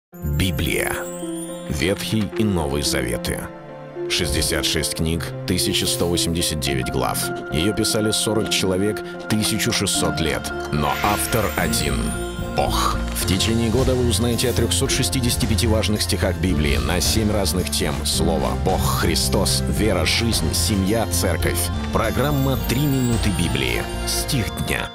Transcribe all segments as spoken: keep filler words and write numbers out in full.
Библия. Ветхий и Новый Заветы. шестьдесят шесть книг, тысяча сто восемьдесят девять глав. Ее писали сорок человек, тысяча шестьсот лет. Но автор один — Бог. В течение года вы узнаете о трёхстах шестидесяти пяти важных стихах Библии на семь разных тем. Слово, Бог, Христос, вера, жизнь, семья, церковь. Программа «Три минуты Библии». Стих дня.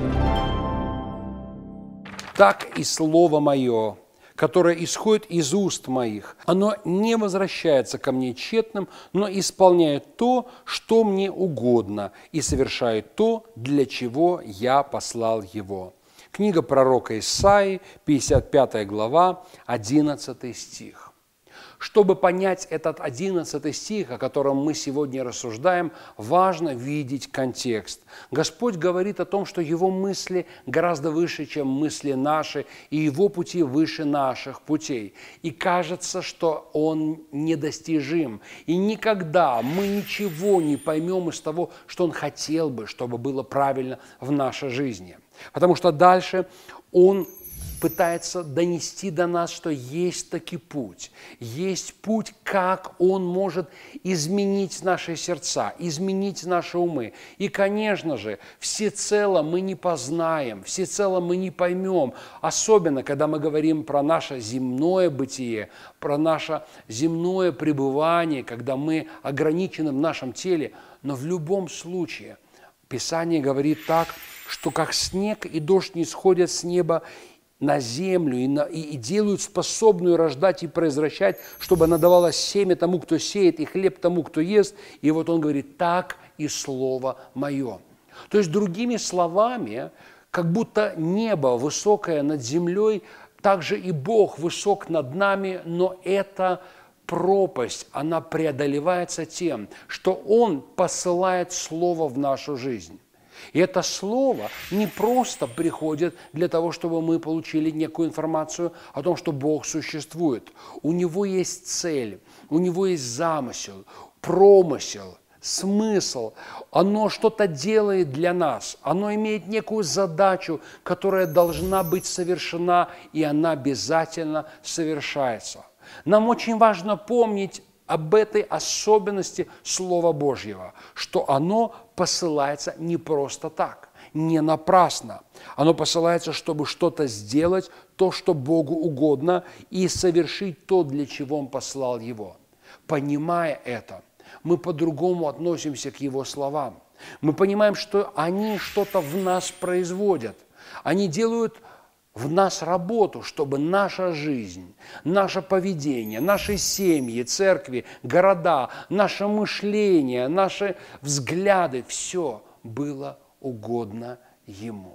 Так и слово мое, которое исходит из уст моих, оно не возвращается ко мне тщетным, но исполняет то, что мне угодно, и совершает то, для чего я послал его». Книга пророка Исаии, пятьдесят пятая глава, одиннадцатый стих. Чтобы понять этот одиннадцатый стих, о котором мы сегодня рассуждаем, важно видеть контекст. Господь говорит о том, что Его мысли гораздо выше, чем мысли наши, и Его пути выше наших путей. И кажется, что Он недостижим. И никогда мы ничего не поймем из того, что Он хотел бы, чтобы было правильно в нашей жизни. Потому что дальше Он пытается донести до нас, что есть таки путь. Есть путь, как Он может изменить наши сердца, изменить наши умы. И, конечно же, всецело мы не познаем, всецело мы не поймем, особенно, когда мы говорим про наше земное бытие, про наше земное пребывание, когда мы ограничены в нашем теле. Но в любом случае Писание говорит так, что как снег и дождь не сходят с неба на землю и, на, и, и делают способную рождать и произвращать, чтобы она давала семя тому, кто сеет, и хлеб тому, кто ест. И вот он говорит: так и слово мое. То есть, другими словами, как будто небо высокое над землей, так же и Бог высок над нами, но это пропасть, она преодолевается тем, что Он посылает Слово в нашу жизнь. И это Слово не просто приходит для того, чтобы мы получили некую информацию о том, что Бог существует. У Него есть цель, у Него есть замысел, промысел, смысл. Оно что-то делает для нас, оно имеет некую задачу, которая должна быть совершена, и она обязательно совершается. Нам очень важно помнить об этой особенности Слова Божьего, что оно посылается не просто так, не напрасно. Оно посылается, чтобы что-то сделать, то, что Богу угодно, и совершить то, для чего Он послал его. Понимая это, мы по-другому относимся к Его словам. Мы понимаем, что они что-то в нас производят. Они делают в нас работу, чтобы наша жизнь, наше поведение, наши семьи, церкви, города, наше мышление, наши взгляды, все было угодно Ему.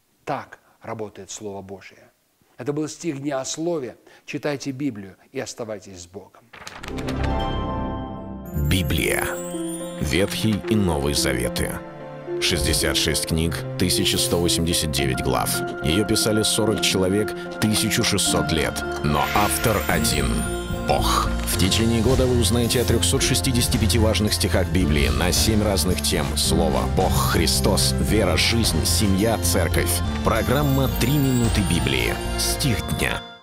Так работает Слово Божие. Это был стих дня о Слове. Читайте Библию и оставайтесь с Богом. Библия. Ветхий и Новый Заветы. шестьдесят шесть книг, тысяча сто восемьдесят девять глав. Ее писали сорок человек, тысяча шестьсот лет. Но автор один — Бог. В течение года вы узнаете о трёхстах шестидесяти пяти важных стихах Библии на семь разных тем. Слово, Бог, Христос, вера, жизнь, семья, церковь. Программа «Три минуты Библии». Стих дня.